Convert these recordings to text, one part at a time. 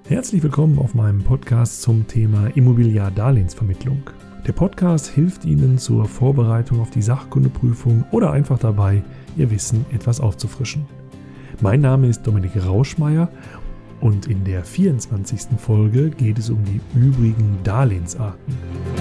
Herzlich willkommen auf meinem Podcast zum Thema Immobiliardarlehensvermittlung. Der Podcast hilft Ihnen zur Vorbereitung auf die Sachkundeprüfung oder einfach dabei, Ihr Wissen etwas aufzufrischen. Mein Name ist Dominik Rauschmeier und in der 24. Folge geht es um die übrigen Darlehensarten.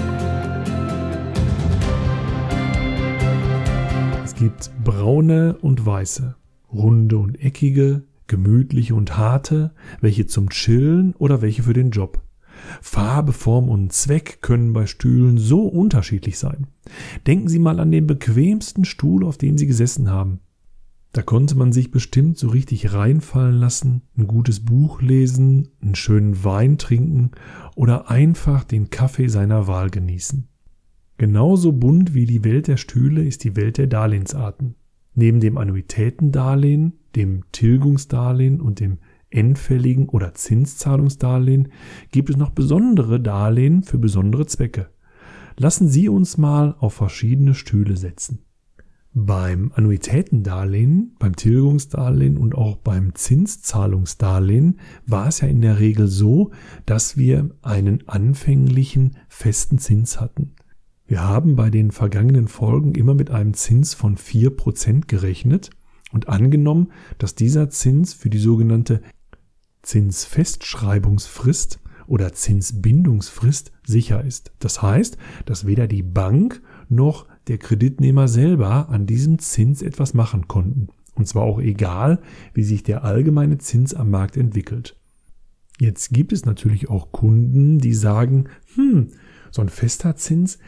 Es gibt braune und weiße, runde und eckige, gemütliche und harte, welche zum Chillen oder welche für den Job. Farbe, Form und Zweck können bei Stühlen so unterschiedlich sein. Denken Sie mal an den bequemsten Stuhl, auf dem Sie gesessen haben. Da konnte man sich bestimmt so richtig reinfallen lassen, ein gutes Buch lesen, einen schönen Wein trinken oder einfach den Kaffee seiner Wahl genießen. Genauso bunt wie die Welt der Stühle ist die Welt der Darlehensarten. Neben dem Annuitätendarlehen, dem Tilgungsdarlehen und dem endfälligen oder Zinszahlungsdarlehen gibt es noch besondere Darlehen für besondere Zwecke. Lassen Sie uns mal auf verschiedene Stühle setzen. Beim Annuitätendarlehen, beim Tilgungsdarlehen und auch beim Zinszahlungsdarlehen war es ja in der Regel so, dass wir einen anfänglichen festen Zins hatten. Wir haben bei den vergangenen Folgen immer mit einem Zins von 4% gerechnet und angenommen, dass dieser Zins für die sogenannte Zinsfestschreibungsfrist oder Zinsbindungsfrist sicher ist. Das heißt, dass weder die Bank noch der Kreditnehmer selber an diesem Zins etwas machen konnten. Und zwar auch egal, wie sich der allgemeine Zins am Markt entwickelt. Jetzt gibt es natürlich auch Kunden, die sagen, so ein fester Zins,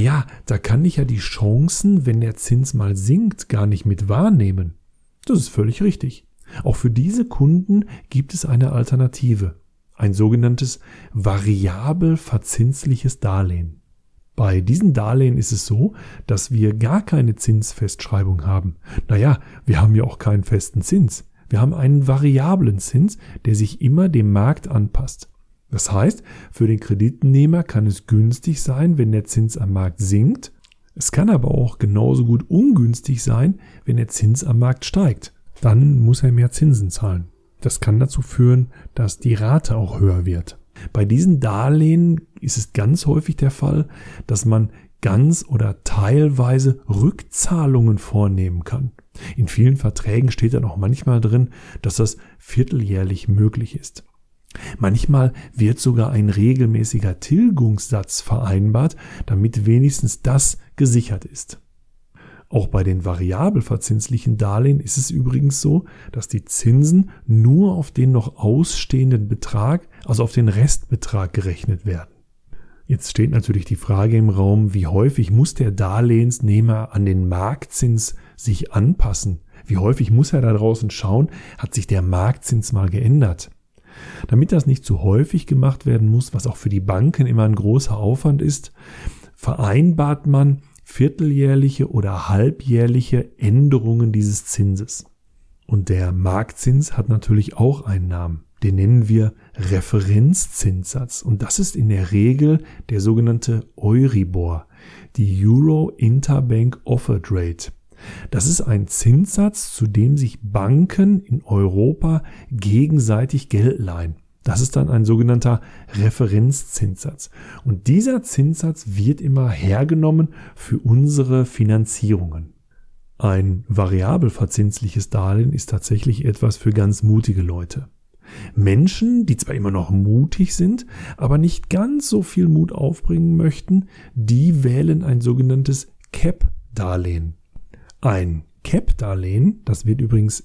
da kann ich ja die Chancen, wenn der Zins mal sinkt, gar nicht mit wahrnehmen. Das ist völlig richtig. Auch für diese Kunden gibt es eine Alternative, ein sogenanntes variabel verzinsliches Darlehen. Bei diesen Darlehen ist es so, dass wir gar keine Zinsfestschreibung haben. Wir haben ja auch keinen festen Zins. Wir haben einen variablen Zins, der sich immer dem Markt anpasst. Das heißt, für den Kreditnehmer kann es günstig sein, wenn der Zins am Markt sinkt. Es kann aber auch genauso gut ungünstig sein, wenn der Zins am Markt steigt. Dann muss er mehr Zinsen zahlen. Das kann dazu führen, dass die Rate auch höher wird. Bei diesen Darlehen ist es ganz häufig der Fall, dass man ganz oder teilweise Rückzahlungen vornehmen kann. In vielen Verträgen steht dann auch manchmal drin, dass das vierteljährlich möglich ist. Manchmal wird sogar ein regelmäßiger Tilgungssatz vereinbart, damit wenigstens das gesichert ist. Auch bei den variabel verzinslichen Darlehen ist es übrigens so, dass die Zinsen nur auf den noch ausstehenden Betrag, also auf den Restbetrag gerechnet werden. Jetzt steht natürlich die Frage im Raum, wie häufig muss der Darlehensnehmer an den Marktzins sich anpassen? Wie häufig muss er da draußen schauen, hat sich der Marktzins mal geändert? Damit das nicht zu häufig gemacht werden muss, was auch für die Banken immer ein großer Aufwand ist, vereinbart man vierteljährliche oder halbjährliche Änderungen dieses Zinses. Und der Marktzins hat natürlich auch einen Namen. Den nennen wir Referenzzinssatz. Und das ist in der Regel der sogenannte Euribor, die Euro Interbank Offered Rate. Das ist ein Zinssatz, zu dem sich Banken in Europa gegenseitig Geld leihen. Das ist dann ein sogenannter Referenzzinssatz. Und dieser Zinssatz wird immer hergenommen für unsere Finanzierungen. Ein variabel verzinsliches Darlehen ist tatsächlich etwas für ganz mutige Leute. Menschen, die zwar immer noch mutig sind, aber nicht ganz so viel Mut aufbringen möchten, die wählen ein sogenanntes CAP-Darlehen. Ein CAP-Darlehen, das wird übrigens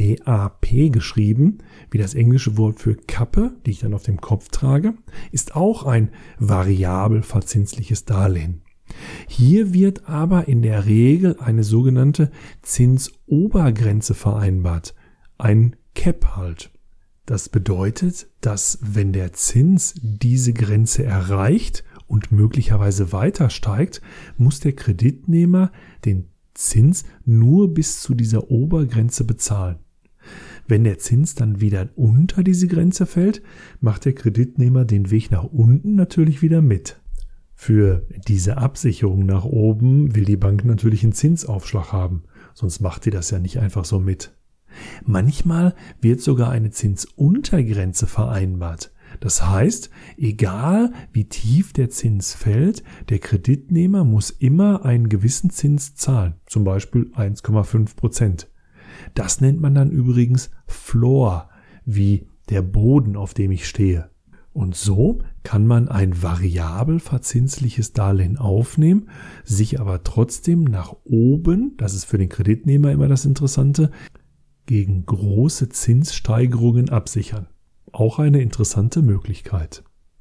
CAP geschrieben, wie das englische Wort für Kappe, die ich dann auf dem Kopf trage, ist auch ein variabel verzinsliches Darlehen. Hier wird aber in der Regel eine sogenannte Zinsobergrenze vereinbart, ein Cap halt. Das bedeutet, dass wenn der Zins diese Grenze erreicht und möglicherweise weiter steigt, muss der Kreditnehmer den Zins nur bis zu dieser Obergrenze bezahlen. Wenn der Zins dann wieder unter diese Grenze fällt, macht der Kreditnehmer den Weg nach unten natürlich wieder mit. Für diese Absicherung nach oben will die Bank natürlich einen Zinsaufschlag haben, sonst macht die das ja nicht einfach so mit. Manchmal wird sogar eine Zinsuntergrenze vereinbart. Das heißt, egal wie tief der Zins fällt, der Kreditnehmer muss immer einen gewissen Zins zahlen, zum Beispiel 1,5%. Das nennt man dann übrigens Floor, wie der Boden, auf dem ich stehe. Und so kann man ein variabel verzinsliches Darlehen aufnehmen, sich aber trotzdem nach oben, das ist für den Kreditnehmer immer das Interessante, gegen große Zinssteigerungen absichern. Auch eine interessante Möglichkeit.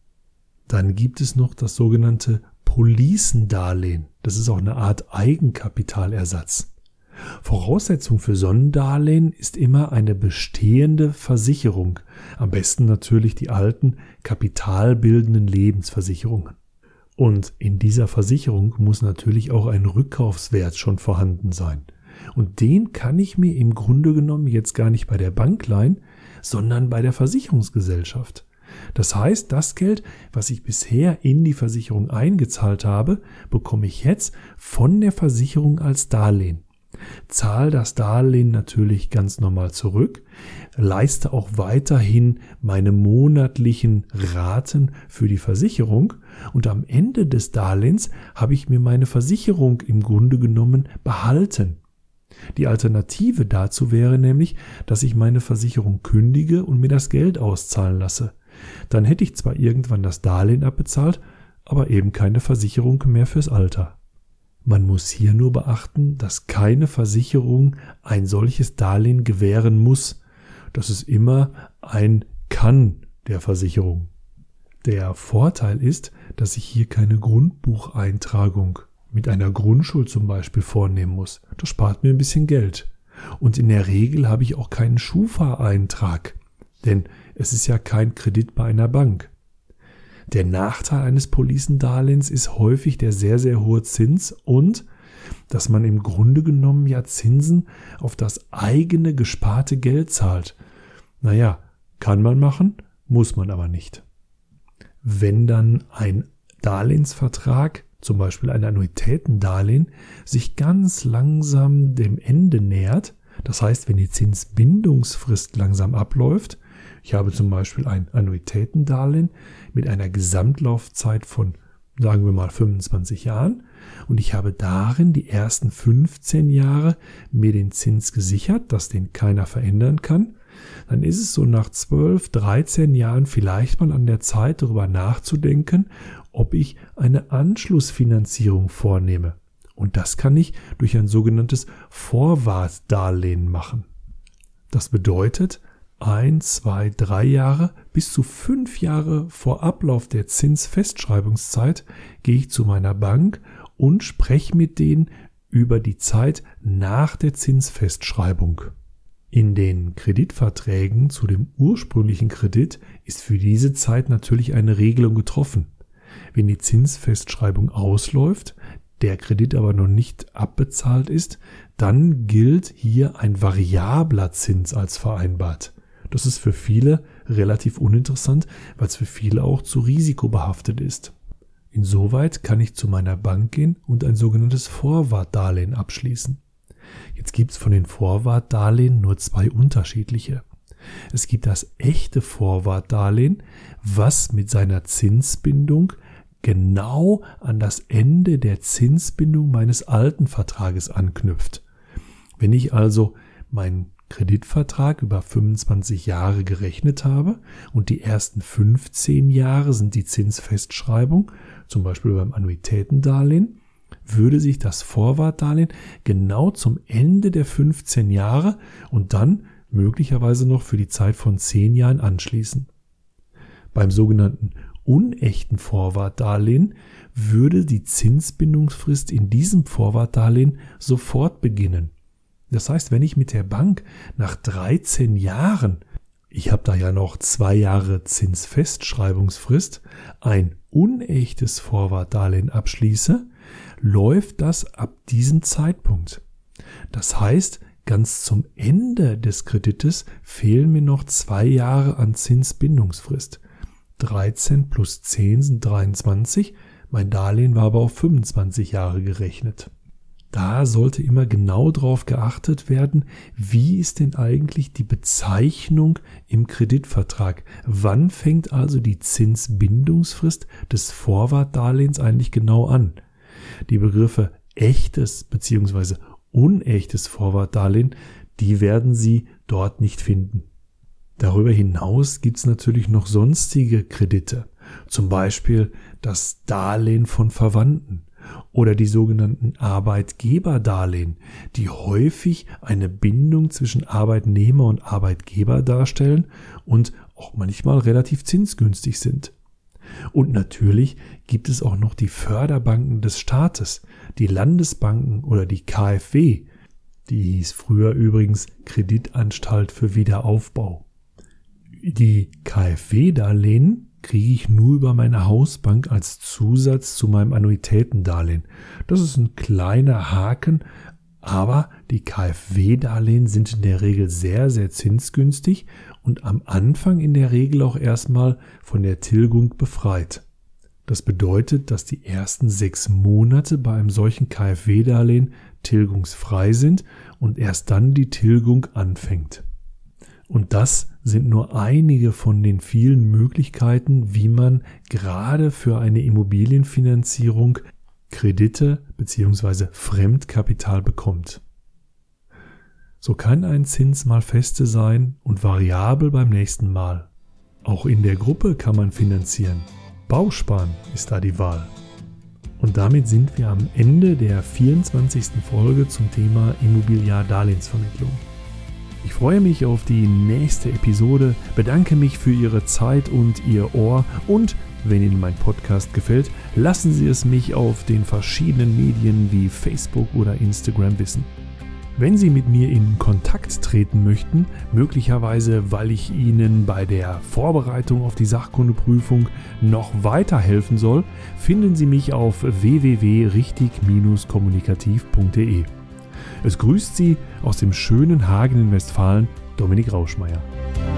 Dann gibt es noch das sogenannte Policendarlehen. Das ist auch eine Art Eigenkapitalersatz. Voraussetzung für so ein Darlehen ist immer eine bestehende Versicherung. Am besten natürlich die alten kapitalbildenden Lebensversicherungen. Und in dieser Versicherung muss natürlich auch ein Rückkaufswert schon vorhanden sein. Und den kann ich mir im Grunde genommen jetzt gar nicht bei der Bank leihen, sondern bei der Versicherungsgesellschaft. Das heißt, das Geld, was ich bisher in die Versicherung eingezahlt habe, bekomme ich jetzt von der Versicherung als Darlehen. Zahle das Darlehen natürlich ganz normal zurück, leiste auch weiterhin meine monatlichen Raten für die Versicherung und am Ende des Darlehens habe ich mir meine Versicherung im Grunde genommen behalten. Die Alternative dazu wäre nämlich, dass ich meine Versicherung kündige und mir das Geld auszahlen lasse. Dann hätte ich zwar irgendwann das Darlehen abbezahlt, aber eben keine Versicherung mehr fürs Alter. Man muss hier nur beachten, dass keine Versicherung ein solches Darlehen gewähren muss. Das ist immer ein Kann der Versicherung. Der Vorteil ist, dass ich hier keine Grundbucheintragung mit einer Grundschuld zum Beispiel vornehmen muss. Das spart mir ein bisschen Geld. Und in der Regel habe ich auch keinen Schufa-Eintrag, denn es ist ja kein Kredit bei einer Bank. Der Nachteil eines Policendarlehens ist häufig der sehr, sehr hohe Zins und dass man im Grunde genommen ja Zinsen auf das eigene gesparte Geld zahlt. Naja, kann man machen, muss man aber nicht. Wenn dann ein Darlehensvertrag, zum Beispiel ein Annuitätendarlehen, sich ganz langsam dem Ende nähert, das heißt, wenn die Zinsbindungsfrist langsam abläuft, ich habe zum Beispiel ein Annuitätendarlehen mit einer Gesamtlaufzeit von, sagen wir mal, 25 Jahren und ich habe darin die ersten 15 Jahre mir den Zins gesichert, dass den keiner verändern kann, dann ist es so nach 12, 13 Jahren vielleicht mal an der Zeit, darüber nachzudenken, ob ich eine Anschlussfinanzierung vornehme. Und das kann ich durch ein sogenanntes Vorwartdarlehen machen. Das bedeutet, 1, 2, 3 Jahre bis zu 5 Jahre vor Ablauf der Zinsfestschreibungszeit gehe ich zu meiner Bank und spreche mit denen über die Zeit nach der Zinsfestschreibung. In den Kreditverträgen zu dem ursprünglichen Kredit ist für diese Zeit natürlich eine Regelung getroffen. Wenn die Zinsfestschreibung ausläuft, der Kredit aber noch nicht abbezahlt ist, dann gilt hier ein variabler Zins als vereinbart. Das ist für viele relativ uninteressant, weil es für viele auch zu risikobehaftet ist. Insoweit kann ich zu meiner Bank gehen und ein sogenanntes Vorwartdarlehen abschließen. Jetzt gibt es von den Vorwartdarlehen nur 2 unterschiedliche. Es gibt das echte Vorwartdarlehen, was mit seiner Zinsbindung genau an das Ende der Zinsbindung meines alten Vertrages anknüpft. Wenn ich also meinen Kreditvertrag über 25 Jahre gerechnet habe und die ersten 15 Jahre sind die Zinsfestschreibung, zum Beispiel beim Annuitätendarlehen, würde sich das Vorwartdarlehen genau zum Ende der 15 Jahre und dann möglicherweise noch für die Zeit von 10 Jahren anschließen. Beim sogenannten unechten Vorwartdarlehen würde die Zinsbindungsfrist in diesem Vorwartdarlehen sofort beginnen. Das heißt, wenn ich mit der Bank nach 13 Jahren, ich habe da ja noch 2 Jahre Zinsfestschreibungsfrist, ein unechtes Vorwartdarlehen abschließe, läuft das ab diesem Zeitpunkt. Das heißt, ganz zum Ende des Kredites fehlen mir noch 2 Jahre an Zinsbindungsfrist. 13 plus 10 sind 23, mein Darlehen war aber auf 25 Jahre gerechnet. Da sollte immer genau darauf geachtet werden, wie ist denn eigentlich die Bezeichnung im Kreditvertrag? Wann fängt also die Zinsbindungsfrist des Vorwartdarlehens eigentlich genau an? Die Begriffe echtes bzw. unechtes Vorwartdarlehen, die werden Sie dort nicht finden. Darüber hinaus gibt es natürlich noch sonstige Kredite, zum Beispiel das Darlehen von Verwandten oder die sogenannten Arbeitgeberdarlehen, die häufig eine Bindung zwischen Arbeitnehmer und Arbeitgeber darstellen und auch manchmal relativ zinsgünstig sind. Und natürlich gibt es auch noch die Förderbanken des Staates, die Landesbanken oder die KfW, die hieß früher übrigens Kreditanstalt für Wiederaufbau. Die KfW-Darlehen kriege ich nur über meine Hausbank als Zusatz zu meinem Annuitätendarlehen. Das ist ein kleiner Haken, aber die KfW-Darlehen sind in der Regel sehr, sehr zinsgünstig und am Anfang in der Regel auch erstmal von der Tilgung befreit. Das bedeutet, dass die ersten 6 Monate bei einem solchen KfW-Darlehen tilgungsfrei sind und erst dann die Tilgung anfängt. Und das sind nur einige von den vielen Möglichkeiten, wie man gerade für eine Immobilienfinanzierung Kredite bzw. Fremdkapital bekommt. So kann ein Zins mal feste sein und variabel beim nächsten Mal. Auch in der Gruppe kann man finanzieren. Bausparen ist da die Wahl. Und damit sind wir am Ende der 24. Folge zum Thema Immobiliardarlehensvermittlung. Ich freue mich auf die nächste Episode, bedanke mich für Ihre Zeit und Ihr Ohr und wenn Ihnen mein Podcast gefällt, lassen Sie es mich auf den verschiedenen Medien wie Facebook oder Instagram wissen. Wenn Sie mit mir in Kontakt treten möchten, möglicherweise weil ich Ihnen bei der Vorbereitung auf die Sachkundeprüfung noch weiterhelfen soll, finden Sie mich auf www.richtig-kommunikativ.de. Es grüßt Sie aus dem schönen Hagen in Westfalen, Dominik Rauschmeier.